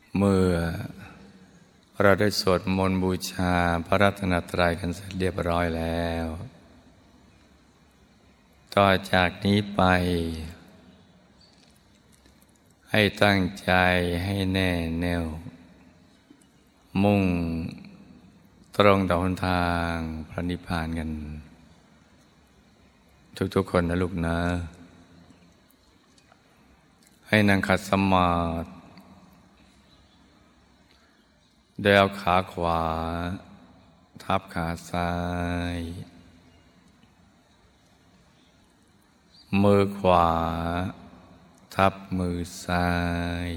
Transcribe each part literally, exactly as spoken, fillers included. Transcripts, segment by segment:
เมื่อเราได้สวดมนต์บูชาพระรัตนตรัยกันเสร็จเรียบร้อยแล้วต่อจากนี้ไปให้ตั้งใจให้แน่แน่วมุ่งตรงต่อหนทางพระนิพพานกันทุกๆคนนะลูกนะให้นั่งขัดสมาธิโดยเอาขาขวาทับขาซ้ายมือขวาทับมือซ้าย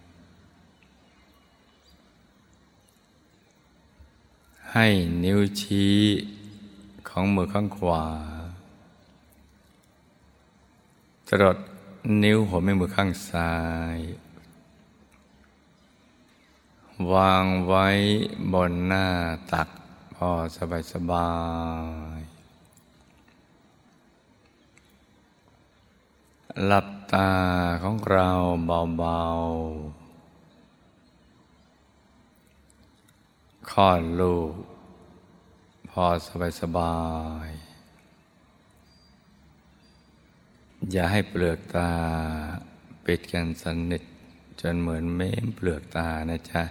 ให้นิ้วชี้ของมือข้างขวาจรดนิ้วหัวแม่มือข้างซ้ายวางไว้บนหน้าตักพอสบายสบายหลับตาของเราเบาๆคลอดลูกพอสบายสบายอย่าให้เปลือกตาปิดกันสนิทจนเหมือนเม้มเปลือกตานะจ๊ะ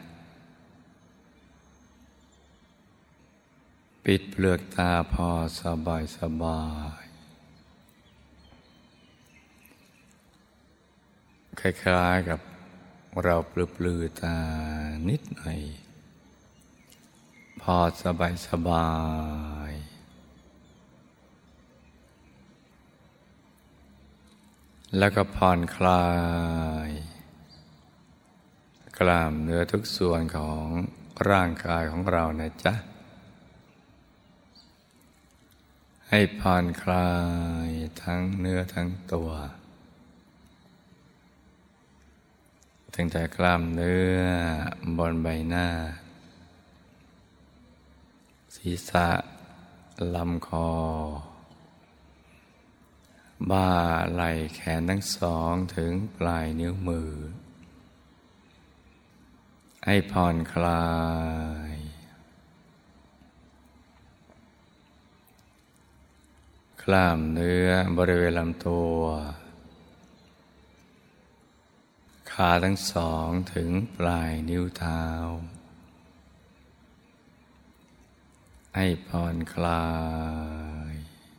ปิดเปลือกตาพอสบายสบายคล้ายๆกับเราปลือๆตานิดหน่อยพอสบายสบายแล้วก็ผ่อนคลายกล้ามเนื้อทุกส่วนของร่างกายของเรานะจ๊ะให้ผ่อนคลายทั้งเนื้อทั้งตัวตั้งแต่กล้ามเนื้อบนใบหน้าศีรษะลำคอบ่าไหล่แขนทั้งสองถึงปลายนิ้วมือให้ผ่อนคลายกล้ามเนื้อบริเวณลำตัวขาทั้งสองถึงปลายนิ้วเท้าให้ผ่อนคลาย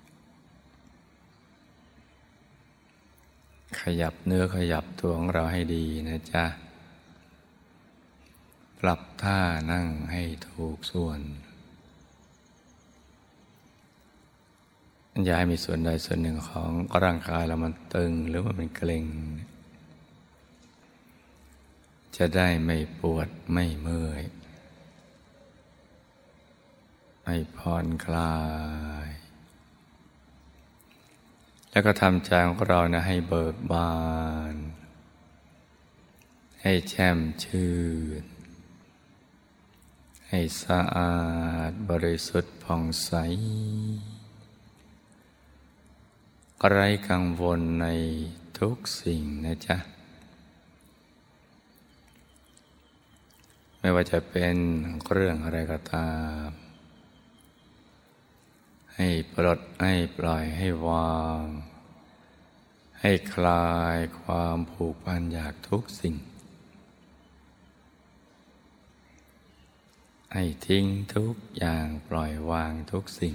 ขยับเนื้อขยับตัวของเราให้ดีนะจ๊ะปรับท่านั่งให้ถูกส่วนอย่าให้มีส่วนใดส่วนหนึ่งของร่างกายเรามันตึงหรือว่ามันเกร็งจะได้ไม่ปวดไม่เมื่อยให้ผ่อนคลายแล้วก็ทำใจของเรานะให้เบิกบานให้แช่มชื่นให้สะอาดบริสุทธิ์ผ่องใสไร้กังวลในทุกสิ่งนะจ๊ะไม่ว่าจะเป็นเรื่องอะไรก็ตามให้ปลดให้ปล่อยให้วางให้คลายความผูกพันอยากทุกสิ่งให้ทิ้งทุกอย่างปล่อยวางทุกสิ่ง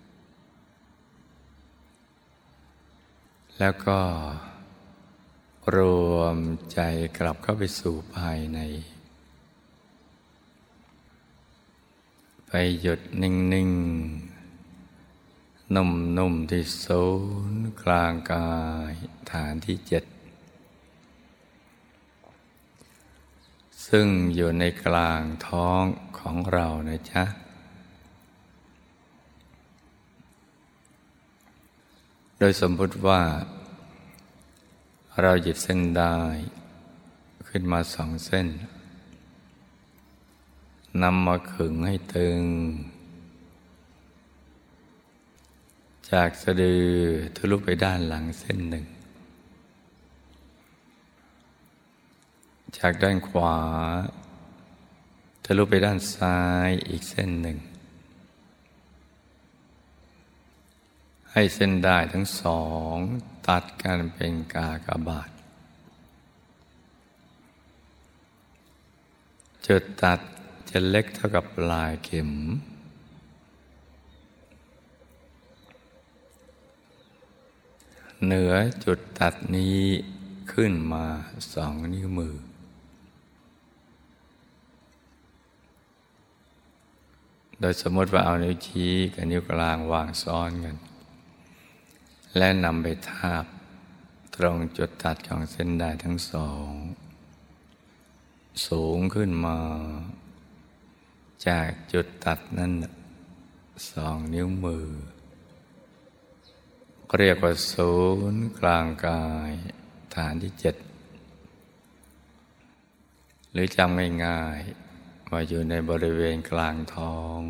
แล้วก็รวมใจกลับเข้าไปสู่ภายในไปหยุดนิ่งๆนุ่มๆที่ศูนย์กลางกายฐานที่เจ็ดซึ่งอยู่ในกลางท้องของเรานะจ๊ะโดยสมมติว่าเราหยิบเส้นได้ขึ้นมาสองเส้นนำมาขึงให้ตึงจากสะดือทะลุไปด้านหลังเส้นหนึ่งจากด้านขวาทะลุไปด้านซ้ายอีกเส้นหนึ่งให้เส้นได้ทั้งสองตัดกันเป็นกากบาทจุดตัดจะเล็กเท่ากับปลายเข็มเหนือจุดตัดนี้ขึ้นมาสองนิ้วมือโดยสมมติว่าเอานิ้วชี้กับนิ้วกลางวางซ้อนกันและนำไปทาบตรงจุดตัดของเส้นได้ทั้งสองสูงขึ้นมาจากจุดตัดนั้นสองนิ้วมือเรียกว่าศูนย์กลางกายฐานที่เจ็ดหรือจำง่ายๆว่าอยู่ในบริเวณกลางท้อง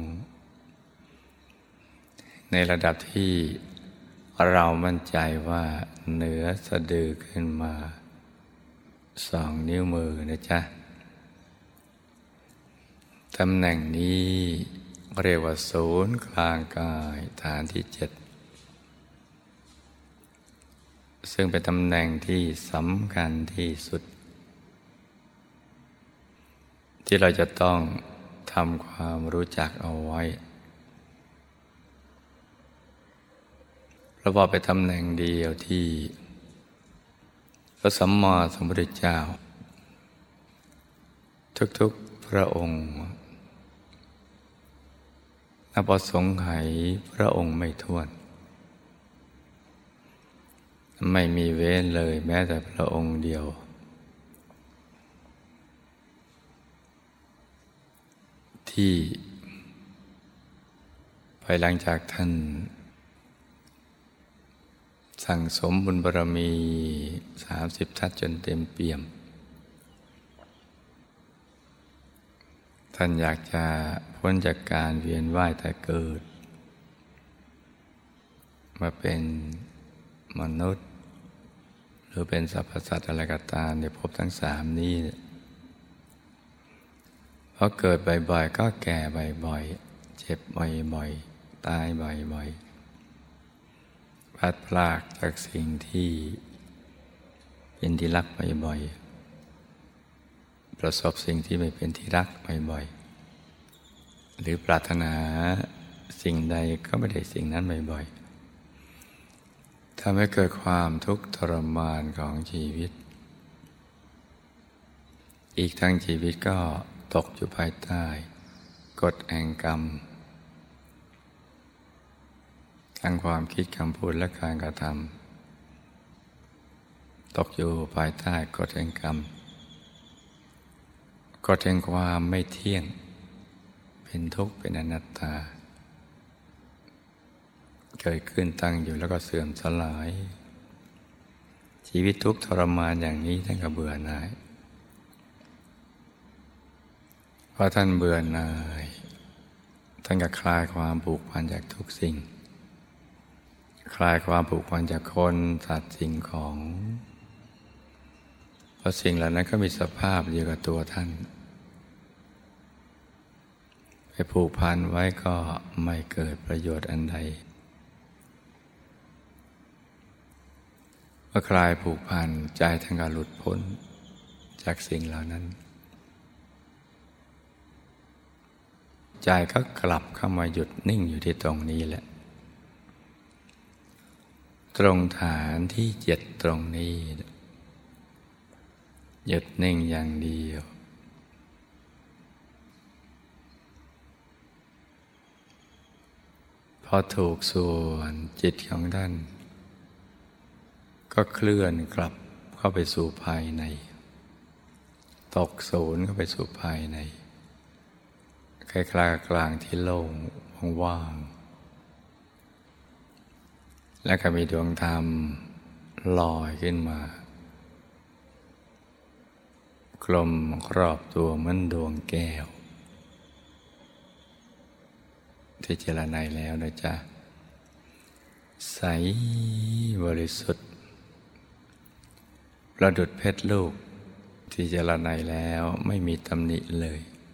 ในระดับที่เรามั่นใจว่าเหนือสะดือขึ้นมาสองนิ้วมือนะจ๊ะตำแหน่งนี้เรียกว่าศูนย์กลางกายฐานที่เจ็ดซึ่งเป็นตำแหน่งที่สำคัญที่สุดที่เราจะต้องทำความรู้จักเอาไว้เพราะว่าเป็นตำแหน่งเดียวที่พระสัมมาสัมพุทธเจ้าทุกๆพระองค์นับว่าสงไขยพระองค์ไม่ถ้วนไม่มีเว้นเลยแม้แต่พระองค์เดียวที่ภายหลังจากท่านสั่งสมบุญบารมีสามสิบทัศจนเต็มเปี่ยมท่านอยากจะพ้นจากการเวียนว่ายแต่เกิดมาเป็นมนุษย์หรือเป็นสรรพสัตว์อะไรก็ตามในภพทั้งสามนี้เพราะเกิดบ่อยๆก็แก่บ่อยๆเจ็บบ่อยๆตายบ่อยๆพลัดพรากจากสิ่งที่เป็นที่รักบ่อยๆประสบสิ่งที่ไม่เป็นที่รักบ่อยๆหรือปรารถนาสิ่งใดก็ไม่ได้สิ่งนั้นบ่อยๆทำให้เกิดความทุกข์ทรมานของชีวิตอีกทั้งชีวิตก็ตกอยู่ภายใต้กฎแห่งกรรมทั้งความคิดคำพูดและการกระทำตกอยู่ภายใต้กฎแห่งกรรมกฎแห่งความไม่เที่ยงเป็นทุกข์เป็นอนัตตาเกิดขึ้นตั้งอยู่แล้วก็เสื่อมสลายชีวิตทุกข์ทรมานอย่างนี้ท่านก็เบื่อหน่ายเพราะท่านเบื่อหน่ายท่านก็คลายความผูกพันจากทุกสิ่งคลายความผูกพันจากคนสัตว์สิ่งของเพราะสิ่งเหล่านั้นก็มีสภาพอยู่กับตัวท่านไปผูกพันไว้ก็ไม่เกิดประโยชน์อันใดเมื่อคลายผูกพันใจท่านก็หลุดพ้นจากสิ่งเหล่านั้นใจก็กลับเข้ามาหยุดนิ่งอยู่ที่ตรงนี้แหละตรงฐานที่เจ็ดตรงนี้หยุดนิ่งอย่างเดียวพอถูกส่วนจิตของท่านก็เคลื่อนกลับเข้าไปสู่ภายในตกศูนย์เข้าไปสู่ภายในคล้ายๆกลางที่โล่งว่างและก็มีดวงธรรมลอยขึ้นมากลมรอบตัวเหมือนดวงแก้วที่เจรไนแล้วนะจ๊ะใสบริสุทธิ์ประดุจเพชรลูกที่เจรไนแล้วไม่มีตำหนิเลย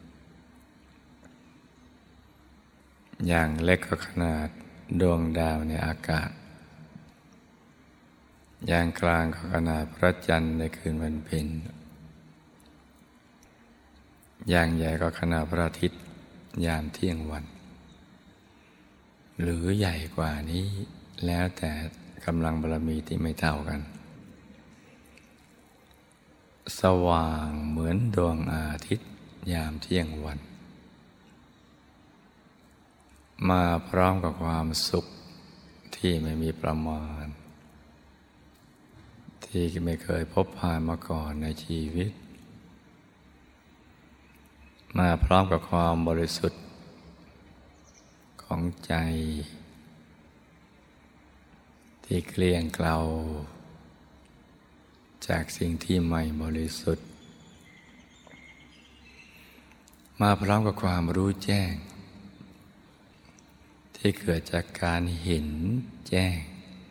อย่างเล็กก็ขนาดดวงดาวในอากาศอย่างกลางก็ขนาดพระจันทร์ในคืนวันเพ็ญอย่างใหญ่ก็ขนาดพระอาทิตย์ยามเที่ยงวันหรือใหญ่กว่านี้แล้วแต่กำลังบารมีที่ไม่เท่ากันสว่างเหมือนดวงอาทิตย์ยามเที่ยงวันมาพร้อมกับความสุขที่ไม่มีประมาณที่ไม่เคยพบผ่านมาก่อนในชีวิตมาพร้อมกับความบริสุทธิ์ของใจที่เกลี้ยงเกลาจากสิ่งที่ไม่บริสุทธิ์มาพร้อมกับความรู้แจ้งที่เกิดจากการเห็นแจ้ง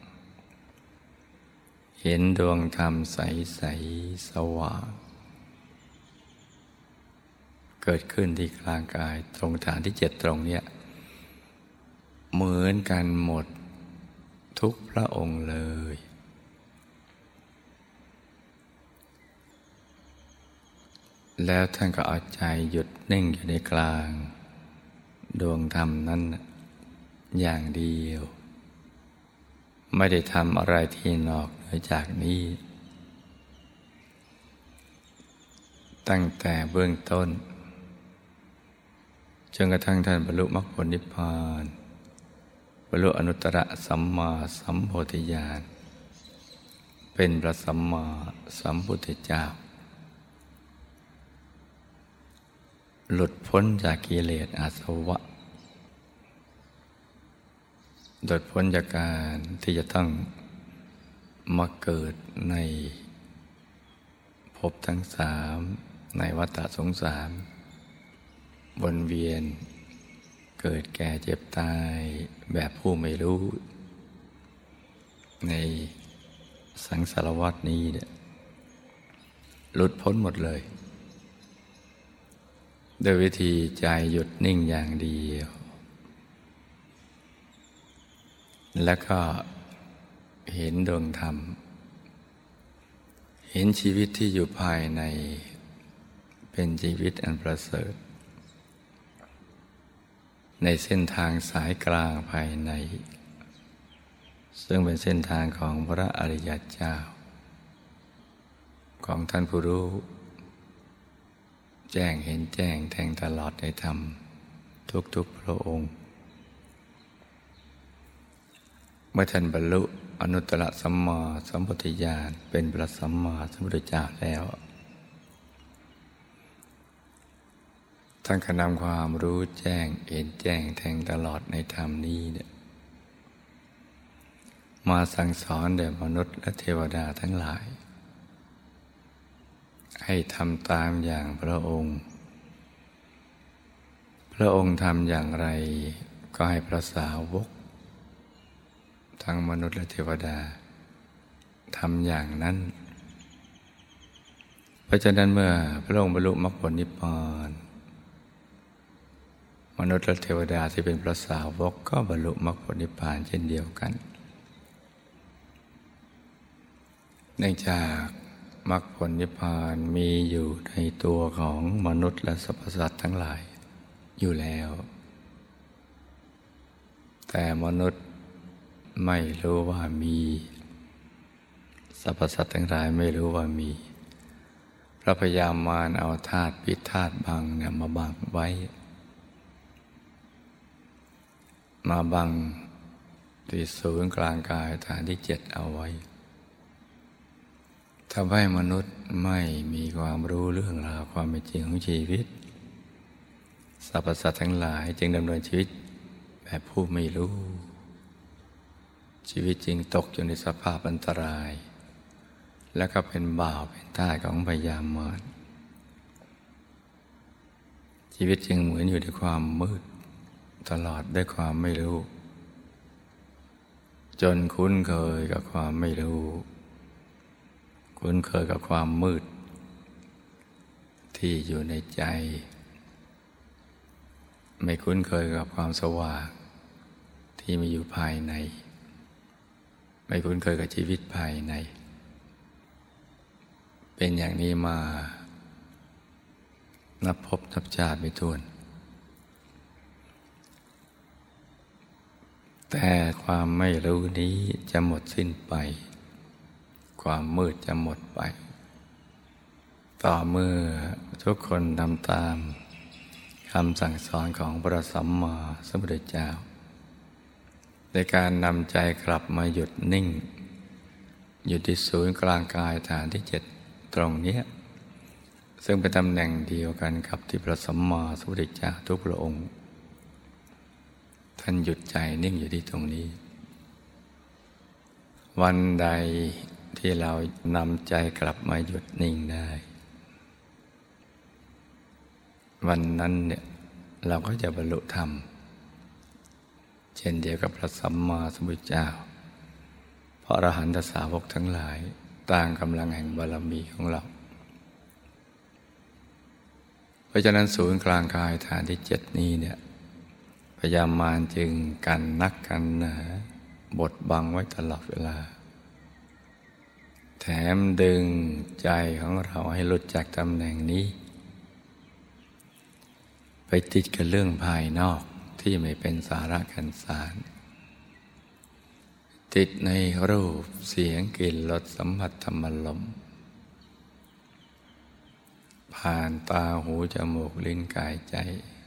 เห็นดวงธรรมใสๆสว่างเกิดขึ้นที่กลางกายตรงฐานที่เจ็ดตรงเนี้ยเหมือนกันหมดทุกพระองค์เลยแล้วท่านก็เอาใจหยุดนิ่งอยู่ในกลางดวงธรรมนั้นอย่างเดียวไม่ได้ทำอะไรที่นอกเหนือจากนี้ตั้งแต่เบื้องต้นจนกระทั่งท่านบรรลุมรรคผลนิพพานบรรลุอนุตตรสัมมาสัมโพธิญาณเป็นพระสัมมาสัมพุทธเจ้าหลุดพ้นจากกิเลสอาสวะหลุดพ้นจากการที่จะต้องมาเกิดในภพทั้งสามในวัฏสงสารวนเวียนเกิดแก่เจ็บตายแบบผู้ไม่รู้ในสังสารวัฏนี้เนี่ยหลุดพ้นหมดเลยโดยวิธีใจหยุดนิ่งอย่างเดียวแล้วก็เห็นดวงธรรมเห็นชีวิตที่อยู่ภายในเป็นชีวิตอันประเสริฐในเส้นทางสายกลางภายในซึ่งเป็นเส้นทางของพระอริยเจ้าของท่านผู้รู้แจ้งเห็นแจ้งแทงตลอดในธรรมทุกๆพระองค์เมื่อท่านบรรลุอนุตตรสัมมาสัมพุทธญาณเป็นพระสัมมาสัมพุทธเจ้าแล้วท่านก็นำความรู้แจ้งเห็นแจ้งแทงตลอดในธรรมนี้เนี่ยมาสั่งสอนแด่มนุษย์และเทวดาทั้งหลายให้ทำตามอย่างพระองค์พระองค์ทำอย่างไรก็ให้พระสาวกทั้งมนุษย์และเทวดาทำอย่างนั้นเพราะฉะนั้นเมื่อพระองค์บรรลุมรรคผลนิพพานมนุษย์และเทวดาที่เป็นพระสาวกก็บรรลุมรรคผลนิพพานเช่นเดียวกันเนื่องจากมรรคผลนิพพานมีอยู่ในตัวของมนุษย์และสรรพสัตว์ทั้งหลายอยู่แล้วแต่มนุษย์ไม่รู้ว่ามีสรรพสัตว์ทั้งหลายไม่รู้ว่ามีพระพยามารเอาธาตุปิดธาตุบังเนี่ยมาบังไว้มาบังที่ศูนย์กลางกายฐานที่เจ็ดเอาไว้ทำให้มนุษย์ไม่มีความรู้เรื่องราวความเป็นจริงของชีวิตสรรพสัตว์ทั้งหลายจึงดำเนินชีวิตแบบผู้ไม่รู้ชีวิตจริงตกอยู่ในสภาพอันตรายและก็เป็นบ่าวเป็นทาสของพยามารชีวิตจริงเหมือนอยู่ในความมืดตลอดด้วยความไม่รู้จนคุ้นเคยกับความไม่รู้คุ้นเคยกับความมืดที่อยู่ในใจไม่คุ้นเคยกับความสว่างที่มีอยู่ภายในไม่คุ้นเคยกับชีวิตภายในเป็นอย่างนี้มานับพบนับชาติไม่ถ้วนแต่ความไม่รู้นี้จะหมดสิ้นไปความมืดจะหมดไปต่อเมื่อทุกคนทำตามคำสั่งสอนของพระสัมมาสัมพุทธเจ้าในการนำใจกลับมาหยุดนิ่งอยู่ที่ศูนย์กลางกายฐานที่เจ็ดตรงนี้ซึ่งเป็นตำแหน่งเดียวกันกับที่พระสัมมาสัมพุทธเจ้าทุกพระองค์ท่านหยุดใจนิ่งอยู่ที่ตรงนี้วันใดที่เรานำใจกลับมาหยุดนิ่งได้วันนั้นเนี่ยเราก็จะบรรลุธรรมเช่นเดียวกับพระสัมมาสัมพุทธเจ้าเพราะอรหันตสาวกทั้งหลายต่างกำลังแห่งบารมีของเราเพราะฉะนั้นศูนย์กลางกายฐานที่เจ็ดนี้เนี่ยพยามารจึงกันนักกันหนาบดบังไว้ตลอดเวลาแถมดึงใจของเราให้หลุดจากตำแหน่งนี้ไปติดกับเรื่องภายนอกที่ไม่เป็นสาระแก่นสารติดในรูปเสียงกลิ่นรสสัมผัสธรรมลมณ์ผ่านตาหูจมูกลิ้นกายใจ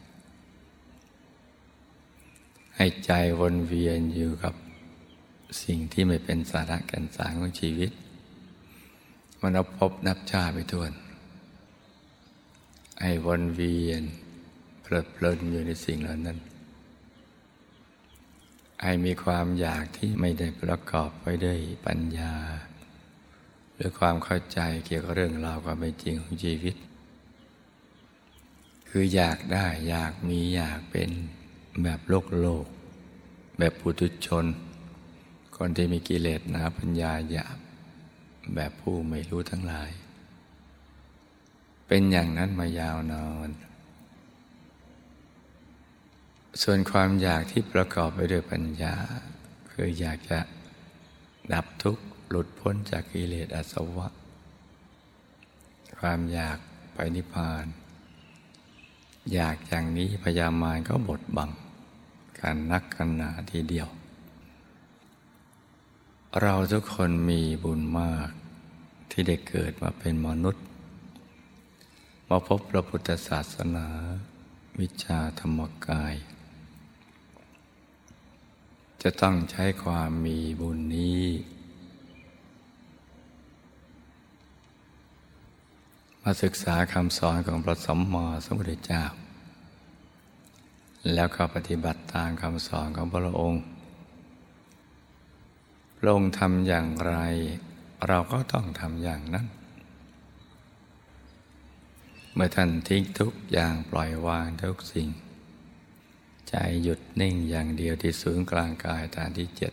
ให้ใจวนเวียนอยู่กับสิ่งที่ไม่เป็นสาระแก่นสารของชีวิตมันนับพบนับชาติไปทั่วให้วนเวียนเพลิดเพลินอยู่ในสิ่งเหล่านั้นให้มีความอยากที่ไม่ได้ประกอบไว้ด้วยปัญญาหรือความเข้าใจเกี่ยวกับเรื่องราวความเป็นจริงของชีวิตคืออยากได้อยากมีอยากเป็นแบบโลกโลกแบบปุถุชนคนที่มีกิเลสหนาปัญญาหยาบแบบผู้ไม่รู้ทั้งหลายเป็นอย่างนั้นมายาวนานส่วนความอยากที่ประกอบไปด้วยปัญญาคืออยากจะดับทุกข์หลุดพ้นจากกิเลสอาสวะความอยากไปนิพพานอยากอย่างนี้พยามารก็บดบังการนักกันหนาทีเดียวเราทุกคนมีบุญมากที่ได้เกิดมาเป็นมนุษย์มาพบพระพุทธศาสนาวิชาธรรมกายจะต้องใช้ความมีบุญนี้มาศึกษาคำสอนของพระสัมมาสัมพุทธเจ้าแล้วก็ปฏิบัติตามคำสอนของพระองค์พระองค์ทำอย่างไรเราก็ต้องทำอย่างนั้นเมื่อท่านทิ้งทุกอย่างปล่อยวางทุกสิ่งใจหยุดนิ่งอย่างเดียวที่ศูนย์กลางกายฐานที่เจ็ด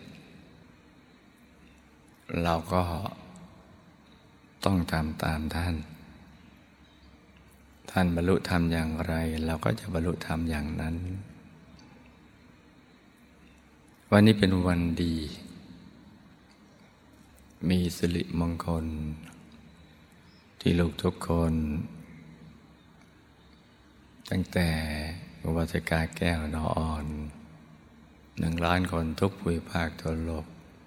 เราก็ต้องทำตามท่านท่านบรรลุธรรมอย่างไรเราก็จะบรรลุธรรมอย่างนั้นวันนี้เป็นวันดีมีสิริมงคลที่ลูกทุกคนตั้งแต่อุบาสิกาแก้วนออ่อนหนึ่งล้านคนทุกภูมิภาคทั่วโลก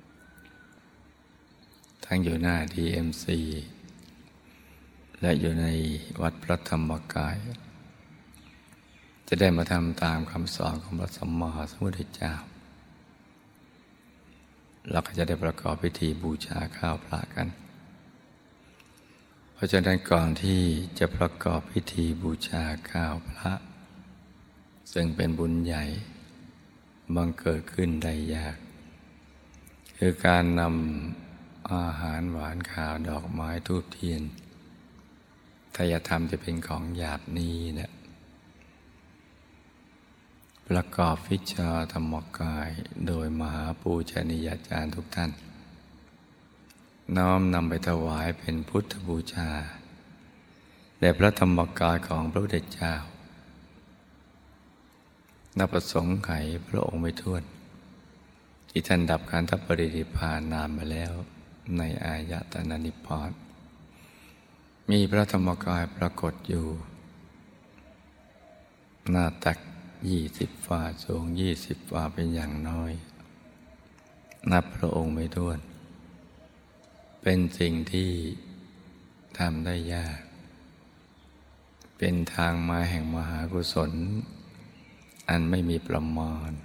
ทั้งอยู่หน้า ดี เอ็ม ซี และอยู่ในวัดพระธรรมกายจะได้มาทำตามคำสอนของพระสัมมาสัมพุทธเจ้าเราก็จะได้ประกอบพิธีบูชาข้าวพระกันเพราะฉะนั้นก่อนที่จะประกอบพิธีบูชาข้าวพระซึ่งเป็นบุญใหญ่บังเกิดขึ้นได้ยากคือการนำอาหารหวานข้าวดอกไม้ธูปเทียนถ้าอยากทำจะเป็นของหยาบนี้เนี่ยประกอบวิชาธรรมกายโดยมหาปูชนียาจารย์ทุกท่านน้อมนำไปถวายเป็นพุทธบูชาแด่พระธรรมกายของพระพุทธเจ้านับประสงค์ไขพระองค์ไม่ถ้วนที่ท่านดับขันธปรินิพพานนานมาแล้วในอายตนะนิพพานมีพระธรรมกายปรากฏอยู่หน้าตักยี่สิบวาสูงยี่สิบวาเป็นอย่างน้อยนับพระองค์ไม่ถ้วนเป็นสิ่งที่ทำได้ยากเป็นทางมาแห่งมหากุศลอันไม่มีประมาณ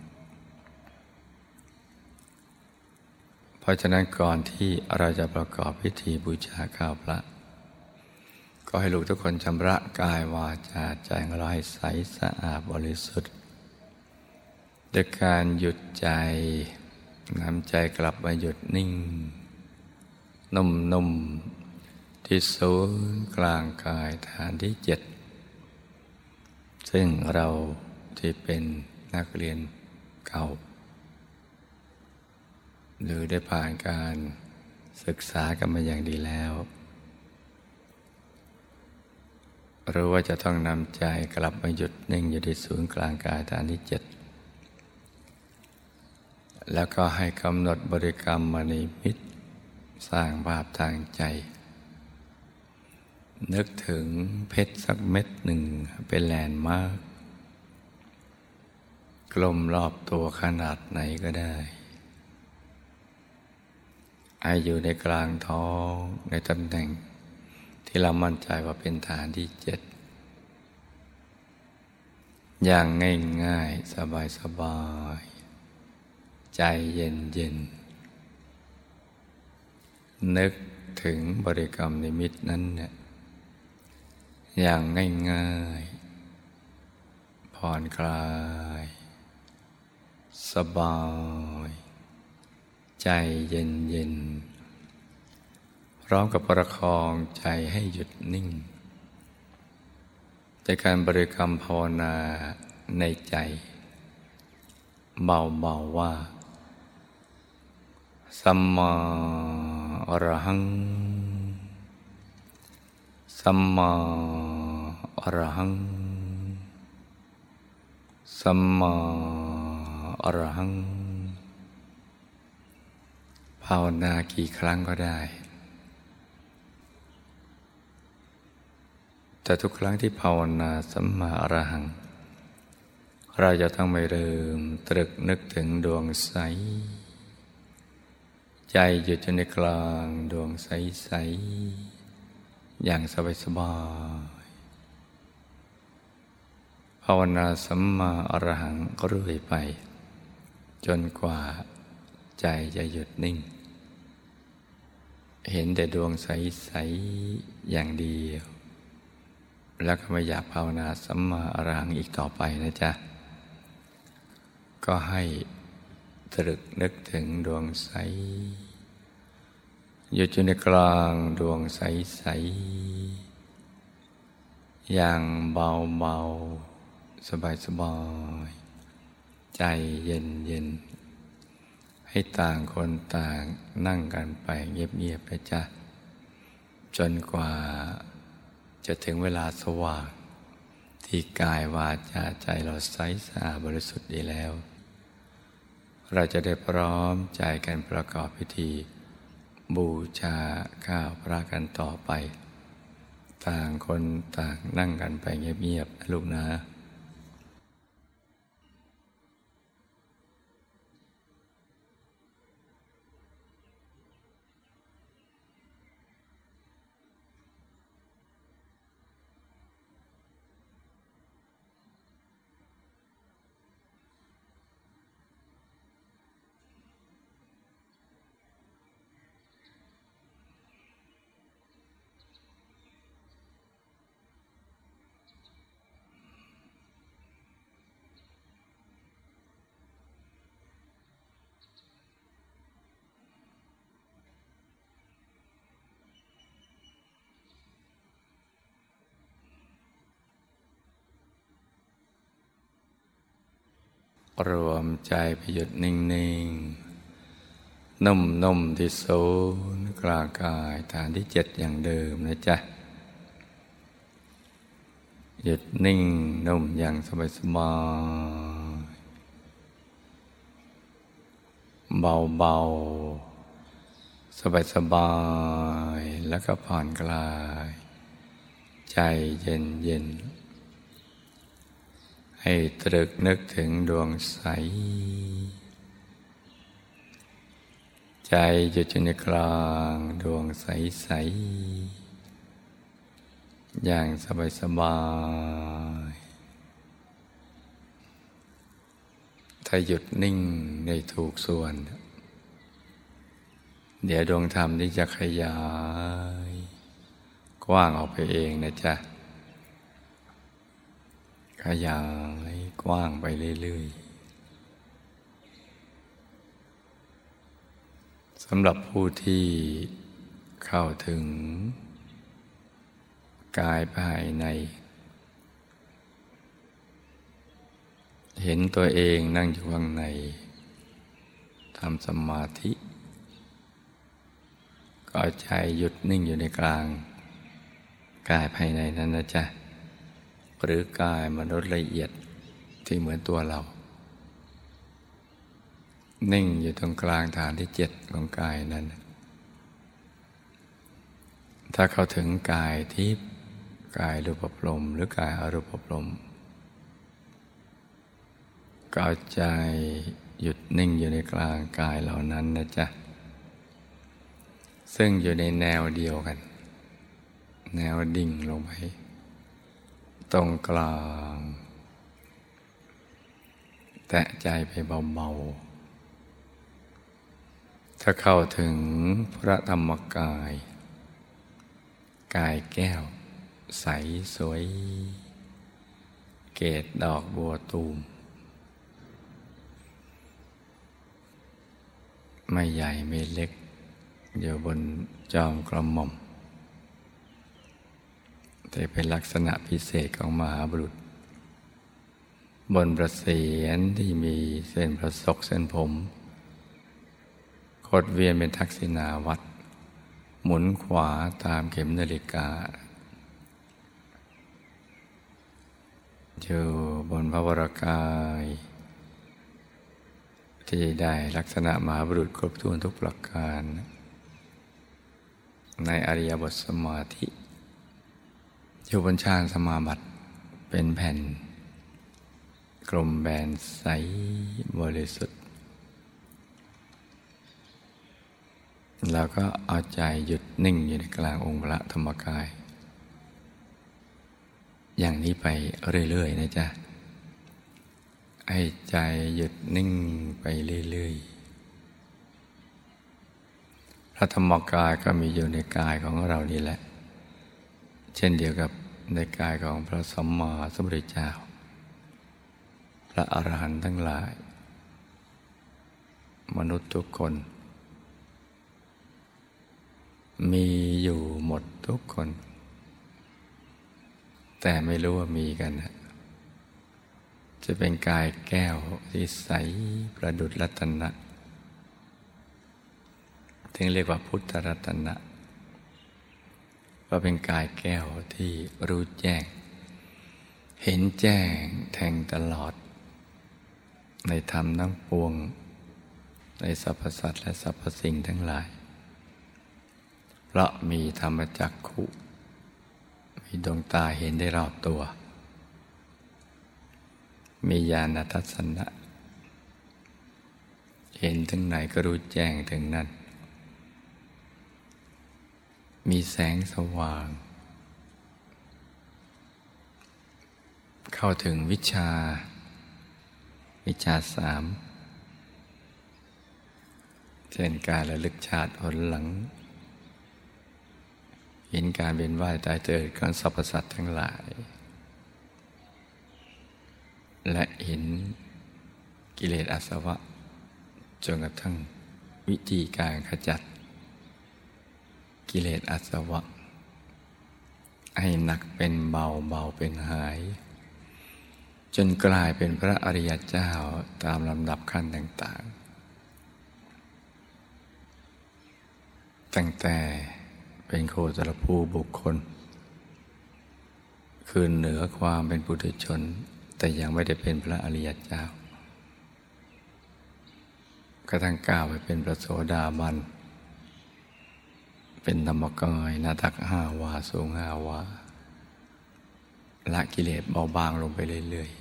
เพราะฉะนั้นก่อนที่เราจะประกอบพิธีบูชาข้าวพระก็ให้ลูกทุกคนชำระกายวาจาใจของเราให้ใสสะอาดบริสุทธิ์ด้วยการหยุดใจนำใจกลับมาหยุดนิ่งนุ่มๆที่ศูนย์กลางกายฐานที่เจ็ดซึ่งเราที่เป็นนักเรียนเก่าหรือได้ผ่านการศึกษากันมาอย่างดีแล้วรู้ว่าจะต้องนำใจกลับมาหยุดนิ่งอยู่ที่ศูนย์กลางกายฐานที่เจ็ดแล้วก็ให้กำหนดบริกรรมมณีมิตรสร้างภาพทางใจนึกถึงเพชรสักเม็ดหนึ่งเป็นแลนด์มาร์คกลมรอบตัวขนาดไหนก็ได้ให้อยู่ในกลางท้องในตำแหน่งที่เรามั่นใจว่าเป็นฐานที่เจ็ดอย่างง่ายๆสบายๆใจเย็นๆนึกถึงบริกรรมนิมิตนั้นเนี่ยอย่างง่ายๆผ่อนคลายสบายใจเย็นๆพร้อมกับประคองใจให้หยุดนิ่งในการบริกรรมภาวนาในใจเบาๆว่าสัมมาอรหังสัมมาอรหังสัมมาอรหังภาวนากี่ครั้งก็ได้แต่ทุกครั้งที่ภาวนาสัมมาอรหังเราจะต้องไม่ลืมตรึกนึกถึงดวงใสใจหยุดอยู่ในกลางดวงใสๆอย่างสบายๆภาวนาสัมมาอรหังก็เรื่อยไปจนกว่าใจจะหยุดนิ่งเห็นแต่ดวงใสๆอย่างเดียวแล้วก็ไม่อยากภาวนาสัมมาอรหังอีกต่อไปนะจ๊ะก็ให้ตรึกนึกถึงดวงใสหยุดอยู่ในกลางดวงใสๆอย่างเบาๆสบายๆใจเย็นๆให้ต่างคนต่างนั่งกันไปเงียบๆนะจ๊ะจนกว่าจะถึงเวลาสว่างที่กายวาจาใจเราใสสะอาดบริสุทธิ์ดีแล้วเราจะได้พร้อมใจกันประกอบพิธีบูชาข้าวพระกันต่อไปต่างคนต่างนั่งกันไปเงียบๆนะลูกนะ รวมใจไปหยุดนิ่งๆนุ่มๆที่ศูนย์กลางกายฐานที่เจ็ดอย่างเดิมนะจ๊ะหยุดนิ่งนุ่มอย่างสบายสบายเบาเบาสบายสบายแล้วก็ผ่อนคลายใจเย็นเย็นให้ตรึกนึกถึงดวงใสใจหยุดอยู่ในกลางดวงใสใสอย่างสบายสบายถ้าหยุดนิ่งในถูกส่วนเดี๋ยวดวงธรรมนี้จะขยายกว้างออกไปเองนะจ๊ะขยายกว้างไปเรื่อยๆสำหรับผู้ที่เข้าถึงกายภายในเห็นตัวเองนั่งอยู่ข้างในทำสมาธิก็เอาใจหยุดนิ่งอยู่ในกลางกายภายในนั้นนะจ๊ะหรือกายมนุษย์ละเอียดที่เหมือนตัวเรานิ่งอยู่ตรงกลางฐานที่เจ็ดของกายนั้นถ้าเข้าถึงกายทิพย์กายรูปพรหมหรือกายอรูปพรหมก็เอาใจหยุดนิ่งอยู่ในกลางกายเหล่านั้นนะจ๊ะซึ่งอยู่ในแนวเดียวกันแนวดิ่งลงไปตรงกลางแตะใจไปเบาๆถ้าเข้าถึงพระธรรมกายกายแก้วใสสวยเกศดอกบัวตูมไม่ใหญ่ไม่เล็กอยู่บนจอมกระหม่อมแต่เป็นลักษณะพิเศษของมหาบุรุษบนประเสียรที่มีเส้นประศกเส้นผมคดเวียนเป็นทักษิณาวัตรหมุนขวาตามเข็มนาฬิกาอยู่บนพระวรกายที่ได้ลักษณะมหาบุรุษครบถ้วนทุกประการในอริยบทสมาธิอยู่บนฌานสมาบัติเป็นแผ่นกลมแบนใสบริสุทธิ์แล้วก็เอาใจหยุดนิ่งอยู่ในกลางองค์พระธรรมกายอย่างนี้ไปเรื่อยๆนะจ๊ะให้ใจหยุดนิ่งไปเรื่อยๆพระธรรมกายก็มีอยู่ในกายของเรานี่แหละเช่นเดียวกับในกายของพระสัมมาสัมพุทธเจ้าพระอรหันต์ทั้งหลายมนุษย์ทุกคนมีอยู่หมดทุกคนแต่ไม่รู้ว่ามีกันนะจะเป็นกายแก้วที่ใสประดุจรัตนะถึงเรียกว่าพุทธรัตนะว่าเป็นกายแก้วที่รู้แจ้งเห็นแจ้งแทงตลอดในธรรมทั้งปวงในสรรพสัตว์และสรรพสิ่งทั้งหลายเพราะมีธรรมจักขุมีดวงตาเห็นได้รอบตัวมีญาณทัศนะเห็นถึงไหนก็รู้แจ้งถึงนั้นมีแสงสว่างเข้าถึงวิชาวิชาสามเช่นการระลึกชาติผลหลังเห็นการเวียนว่ายตายเกิดของสรรพสัตว์ทั้งหลายและเห็นกิเลสอาสวะจนกระทั่งวิธีการขจัดกิเลสอาสวะให้หนักเป็นเบาเบาเป็นหายจนกลายเป็นพระอริยเจ้าตามลำดับขั้นต่างๆตั้งแต่เป็นโคตรภูบุคคลคือเหนือความเป็นปุถุชนแต่ยังไม่ได้เป็นพระอริยเจ้า กระทั่งก้าวไปเป็นพระโสดาบันเป็นธรรมกายหน้าตักห้าวาสูงห้าวาละกิเลสเบาบางลงไปเรื่อย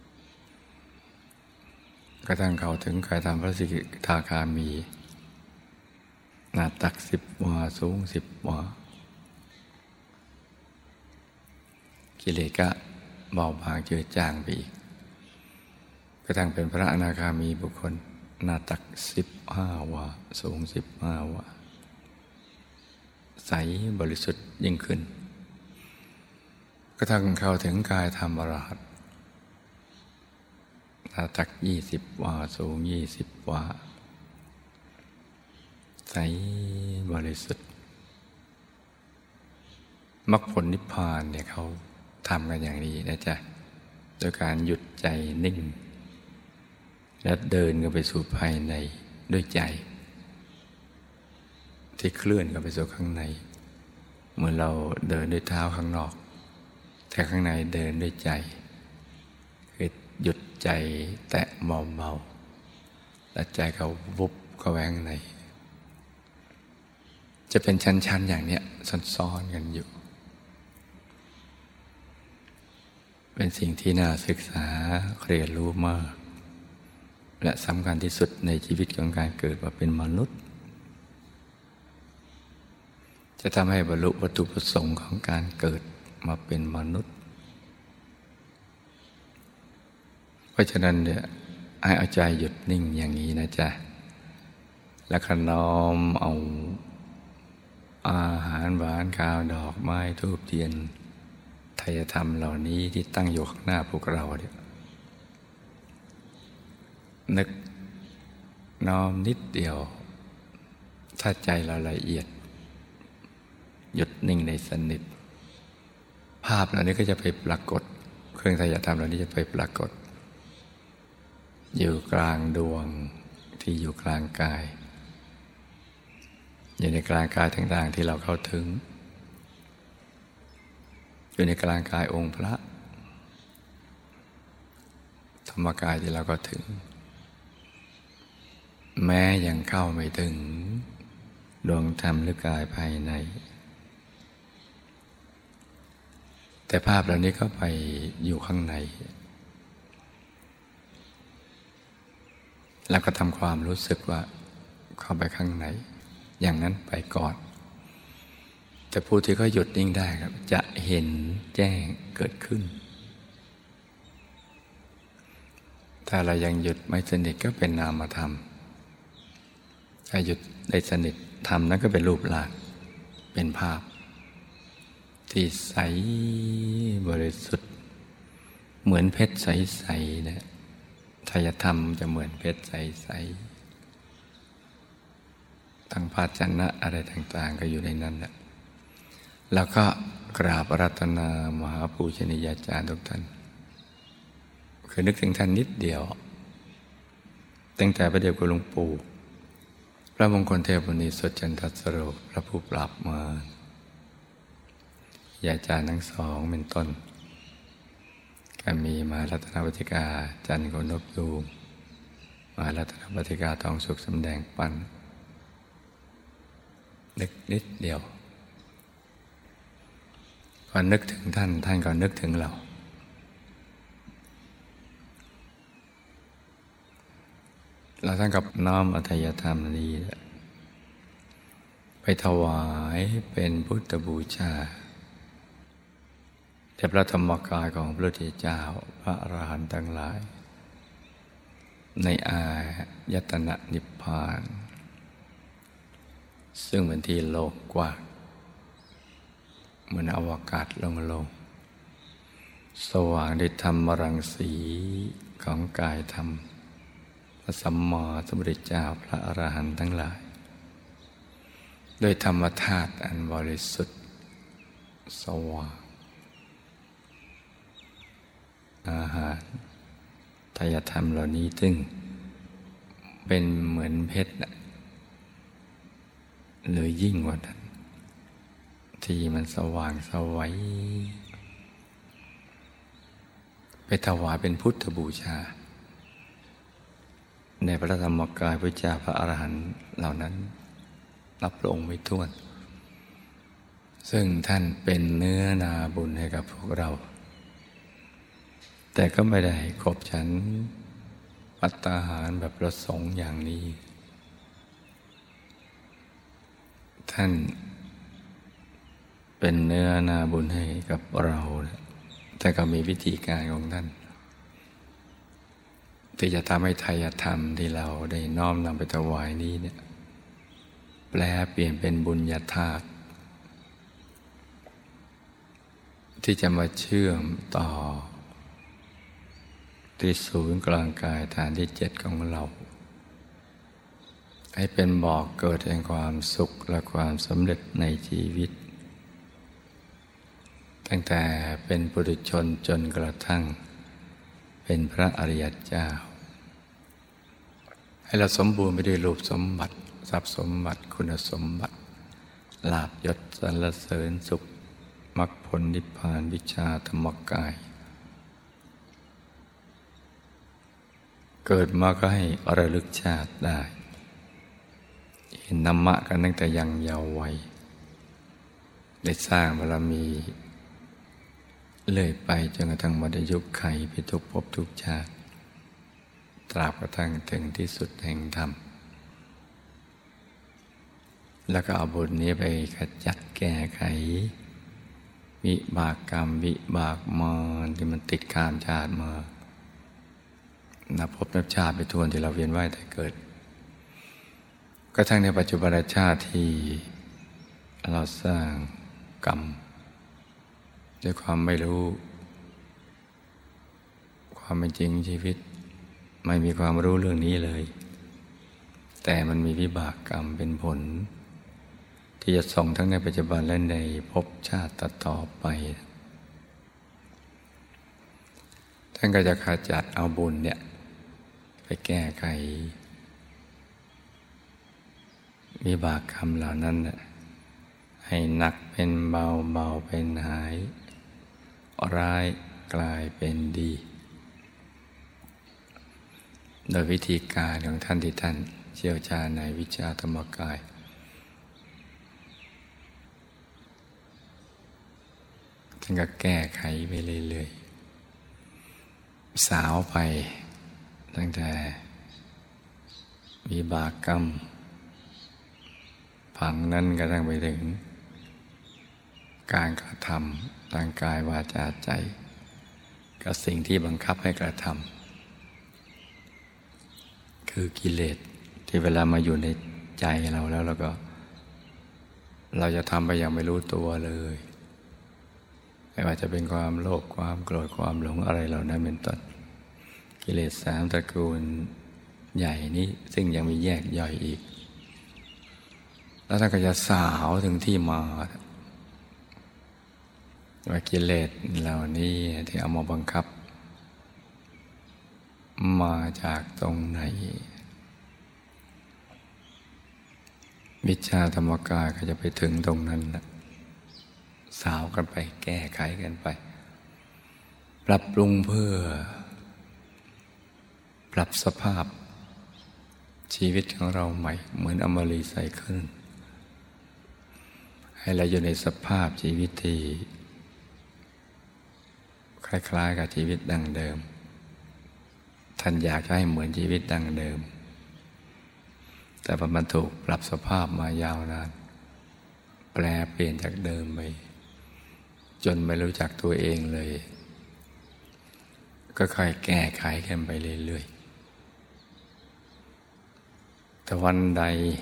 ๆกระทั่งเขาถึงกายธรรมพระสกิทาคามีหน้าตักสิบวาสูงสิบวากิเลสก็เบาบางเจือจางไปอีกกระทั่งเป็นพระอนาคามีบุคคลหน้าตักสิบห้าวาสูงสิบห้าวาใสบริสุทธิ์ยิ่งขึ้นกระทั่งเข้าถึงกายธรรมอรหัตหน้าตักยี่สิบวาสูงยี่สิบวาใสบริสุทธิ์มรรคผลนิพพานเนี่ยเขาทำกันอย่างนี้นะจ๊ะโดยการหยุดใจนิ่งและเดินกันไปสู่ภายในด้วยใจที่เคลื่อนกันไปสู่ข้างในเหมือนเราเดินด้วยเท้าข้างนอกแต่ข้างในเดินด้วยใจคือหยุดใจแตะเบาๆและใจเขาวุบเข้าไปข้างในจะเป็นชั้นๆอย่างเนี้ยซ้อนๆกันอยู่เป็นสิ่งที่น่าศึกษาเรียนรู้มากและสำคัญที่สุดในชีวิตของการเกิดมาเป็นมนุษย์จะทำให้บรรลุวัตถุประสงค์ของการเกิดมาเป็นมนุษย์เพราะฉะนั้นเนี่ยให้เอาใจหยุดนิ่งอย่างนี้นะจ๊ะแล้วก็น้อมเอาอาหารหวานข้าวดอกไม้ธูปเทียนไตรธรรมเหล่านี้ที่ตั้งอยู่ข้างหน้าพวกเราเนี่ยนึกน้อมนิดเดียวถ้าใจเราละเอียดหยุดนิ่งในสนิทภาพเหล่านี้ก็จะไปปรากฏเครื่องไตรธรรมเหล่านี้จะไปปรากฏอยู่กลางดวงที่อยู่กลางกายอยู่ในกลางกายต่างๆที่เราเข้าถึงอยู่ในกลางกายองค์พระธรรมกายที่เราก็ถึงแม้ยังเข้าไม่ถึงดวงธรรมหรือกายภายในแต่ภาพเหล่านี้ก็ไปอยู่ข้างในแล้วก็ทำความรู้สึกว่าเข้าไปข้างในอย่างนั้นไปก่อนแต่ผู้ที่เขาหยุดนิ่งได้ครับจะเห็นแจ้งเกิดขึ้นถ้าเรายังหยุดไม่สนิทก็เป็นนามธรรมถ้าหยุดได้สนิทธรรมนั้นก็เป็นรูปร่างเป็นภาพที่ใสบริสุทธิ์เหมือนเพชรใสๆนะไตรธรรมจะเหมือนเพชรใสๆทั้งภาชนะอะไรต่างๆก็อยู่ในนั้นแหละแล้วก็กราบอาราธนามหาปูชนียาจารย์ทุกท่านคือนึกถึงท่านนิดเดียวตั้งแต่พระเดชคุณหลวงปู่พระมงคลเทพมุนีสดจันทัสโรพระผู้ปราบมารยาจารย์ทั้งสองเป็นต้นก็มีมารัตนปฏิกาจันทร์โกนกยูงมารัตนปฏิกาทองสุขสำแดงปันนึกนิดเดียวพอนึกถึงท่านท่านก็นึกถึงเราเราท่านกับน้อมอทัยธรรมนี้ไปถวายเป็นพุทธบูชาแด่พระธรรมกายของพระพุทธเจ้าพระอรหันต์ทั้งหลายในอายตนะนิพพานซึ่งเป็นที่โลกกว้างเหมือนอวกาศโล่งๆสว่างด้วยธรรมรังสีของกายธรรมพระสัมมาสัมพุทธเจ้าพระอรหันต์ทั้งหลายโดยธรรมธาตุอันบริสุทธิ์สว่างอาหารไตรธรรมเหล่านี้ซึ่งเป็นเหมือนเพชรนะหรือยิ่งกว่านั้นที่มันสว่างสวัยไปถวายเป็นพุทธบูชาในพระธรรมกายพระเจ้าพระอรหันต์เหล่านั้นรับพระองค์ไม่ถ้วนซึ่งท่านเป็นเนื้อนาบุญให้กับพวกเราแต่ก็ไม่ได้ขบฉันภัตตาหารแบบประสงค์อย่างนี้ท่านเป็นเนื้อนาบุญให้กับเราแต่ก็มีวิธีการของท่านที่จะทำให้ไทยธรรมที่เราได้น้อมนำไปถวายนี้เนี่ยแปลเปลี่ยนเป็นบุญญาธาตุที่จะมาเชื่อมต่อที่ศูนย์กลางกายฐานที่เจ็ดของเราให้เป็นบ่อกเกิดแห่งความสุขและความสำเร็จในชีวิตตั้งแต่เป็นปุถุชนจนกระทั่งเป็นพระอริยเจ้าให้เราสมบูรณ์ไปด้วยรูปสมบัติทรัพย์สมบัติคุณสมบัติลาภยศสรรเสริญสุขมรรคผลนิพพานวิชาธรรมกายเกิดมาก็ให้ระลึกชาติได้เห็นธรรมะกันตั้งแต่ยังเยาว์วัยได้สร้างบารมีเลื่อยไปจนกระทั่งมาได้ยุคไขไปทุกภพทุกชาติตราบกระทั่งถึงที่สุดแห่งธรรมแล้วก็เอาบุญนี้ไปขจัดแก้ไขวิบากกรรมวิบากมารที่มันติดข้ามชาติมานับพบนับชาติไปทวนที่เราเวียนว่ายแต่เกิดกระทั่งในปัจจุบันชาติที่เราสร้างกรรมด้วยความไม่รู้ความเป็นจริงชีวิตไม่มีความรู้เรื่องนี้เลยแต่มันมีวิบากกรรมเป็นผลที่จะส่งทั้งในปัจจุบันและในภพชาติต่อไปท่านก็จะขจัดเอาบุญเนี่ยไปแก้ไขวิบากกรรมเหล่านั้นให้หนักเป็นเบาเบาเป็นหายร้ายกลายเป็นดีโดยวิธีการของท่านที่ท่านเชี่ยวชาญในวิชาธรรมกายท่านก็แก้ไขไปเรื่อยๆสาวไปตั้งแต่วิบากกรรมผังนั้นก็ตั้งไปถึงการกระทำทางกายวาจาใจกับสิ่งที่บังคับให้กระทำคือกิเลสที่เวลามาอยู่ในใจเราแล้วเราก็เราจะทำไปอย่างไม่รู้ตัวเลยไม่ว่าจะเป็นความโลภความโกรธความหลงอะไรเหล่านั้นเป็นต้นกิเลสสามตระกูลใหญ่นี้ซึ่งยังมีแยกย่อยอีกแล้วท่านก็จะสาวถึงที่มาว่ากิเลสเหล่านี้ที่เอามาบังคับมาจากตรงไหนวิชาธรรมกายก็จะไปถึงตรงนั้นนะสาวกันไปแก้ไขกันไปปรับปรุงเพื่อปรับสภาพชีวิตของเราใหม่เหมือนเอามารีไซเคิลให้เราอยู่ในสภาพชีวิตที่คล้ายๆกับชีวิตดั้งเดิมท่านอยากให้เหมือนชีวิตดั้งเดิมแต่พอมันถูกปรับสภาพมายาวนานแปลเปลี่ยนจากเดิมไปจนไม่รู้จักตัวเองเลยก็ค่อยแก้ไขกันไปเรื่อยๆแต่วันใด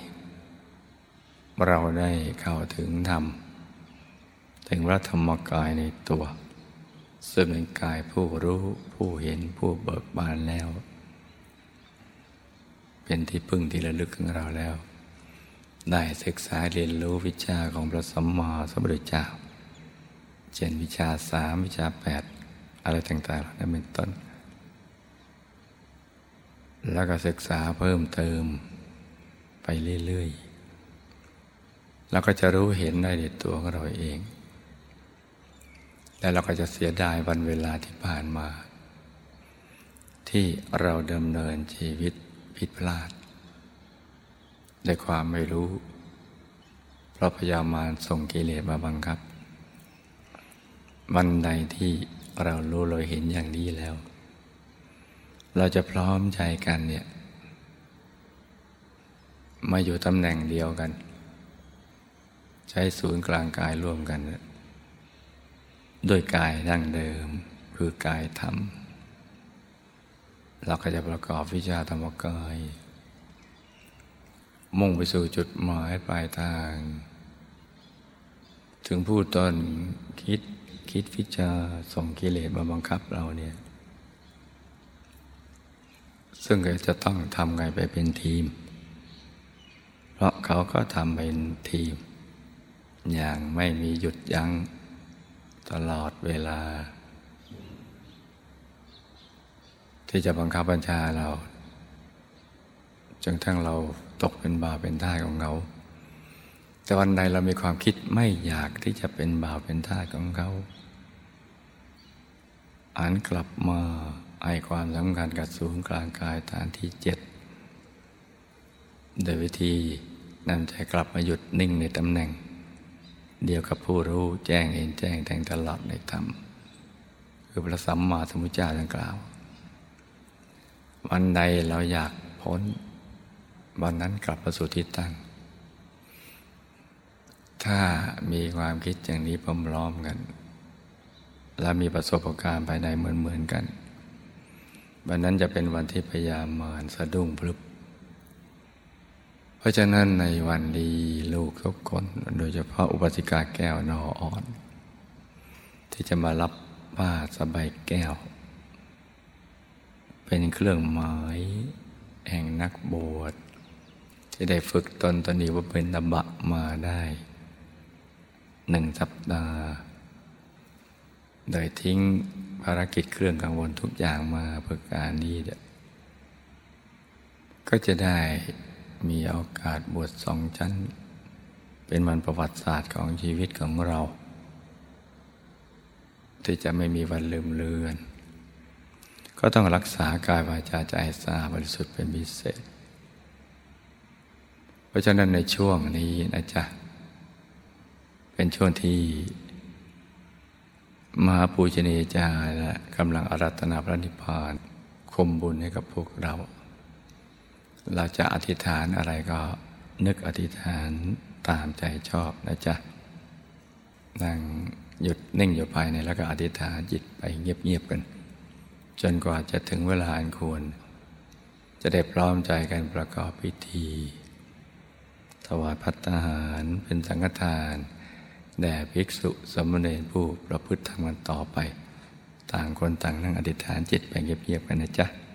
เราได้เข้าถึงธรรมถึงพระธรรมกายในตัวซึ่งเป็นกายผู้รู้ผู้เห็นผู้เบิกบานแล้วเป็นที่พึ่งที่ระลึกของเราแล้วได้ศึกษาเรียนรู้วิชาของพระสัมมาสัมพุทธเจ้าเช่นวิชาสามวิชาแปดอะไรต่างๆเหล่านั้นเป็นต้นแล้วก็ศึกษาเพิ่มเติมไปเรื่อยๆเราก็จะรู้เห็นได้ในตัวของเราเองและเราก็จะเสียดายวันเวลาที่ผ่านมาที่เราดำเนินชีวิตผิดพลาดด้วยความไม่รู้เพราะพยามารส่งกิเลสมาบังคับวันใดที่เรารู้เราเห็นอย่างนี้แล้วเราจะพร้อมใจกันเนี่ยมาอยู่ตำแหน่งเดียวกันใช้ศูนย์กลางกายร่วมกันด้วยกายดั้งเดิมคือกายธรรมเราก็จะประกอบวิชาธรรมกายมุ่งไปสู่จุดหมายปลายทางถึงผู้ตนคิดคิดวิจารส่งกิเลสมาบังคับเราเนี่ยซึ่งก็จะต้องทำไงไปเป็นทีมเพราะเขาก็ทำเป็นทีมอย่างไม่มีหยุดยั้งตลอดเวลาที่จะบังคับบัญชาเราจนทั้งเราตกเป็นบ่าวเป็นทาสของเขาแต่วันใดเรามีความคิดไม่อยากที่จะเป็นบ่าวเป็นทาสของเขาอันกลับมาให้ความสำคัญกับศูนย์กลางกายฐานที่เจ็ดโดยวิธีนำใจกลับมาหยุดนิ่งในตำแหน่งเดียวกับผู้รู้แจ้งเห็นแจ้งแทงตลอดในธรรมคือพระสัมมาสัมพุทธเจ้าดังกล่าววันใดเราอยากพ้นวันนั้นกลับมาสู่ที่ตั้งถ้ามีความคิดอย่างนี้พร้อมๆกันและมีประสบการณ์ภายในเหมือนๆกันวันนั้นจะเป็นวันที่พยามารสะดุ้งพลึบเพราะฉะนั้นในวันนี้ลูกทุกคนโดยเฉพาะอุบาสิกาแก้วนออ่อนที่จะมารับผ้าสบายแก้วเป็นเครื่องหมายแห่งนักบวชที่ได้ฝึกตนตนนี้ว่าเป็นตบะมาได้หนึ่งสัปดาห์โดยทิ้งภารกิจเครื่องกังวลทุกอย่างมาเพื่อการนี้เนี่ยก็จะได้มีโอกาสบวชสองชั้นเป็นวันประวัติศาสตร์ของชีวิตของเราที่จะไม่มีวันลืมเลือนก็ต้องรักษากายวาจาใจสะอาดบริสุทธิ์เป็นพิเศษเพราะฉะนั้นในช่วงนี้นะจ๊ะเป็นช่วงที่มหาปูชนียาจารย์และกำลังอาราธนาพระนิพพานคุมบุญให้กับพวกเราเราจะอธิษฐานอะไรก็นึกอธิษฐานตามใจชอบนะจ๊ะนั่งหยุดนิ่งอยู่ภายในแล้วก็อธิษฐานจิตไปเงียบๆกันจนกว่าจะถึงเวลาอันควรจะได้พร้อมใจกันประกอบพิธีถวายภัตตาหารเป็นสังฆทานแด่ภิกษุสามเณรผู้ประพฤติธรรมกันต่อไปต่างคนต่างนั่งอธิษฐานจิตไปเงียบๆกันนะจ๊ะ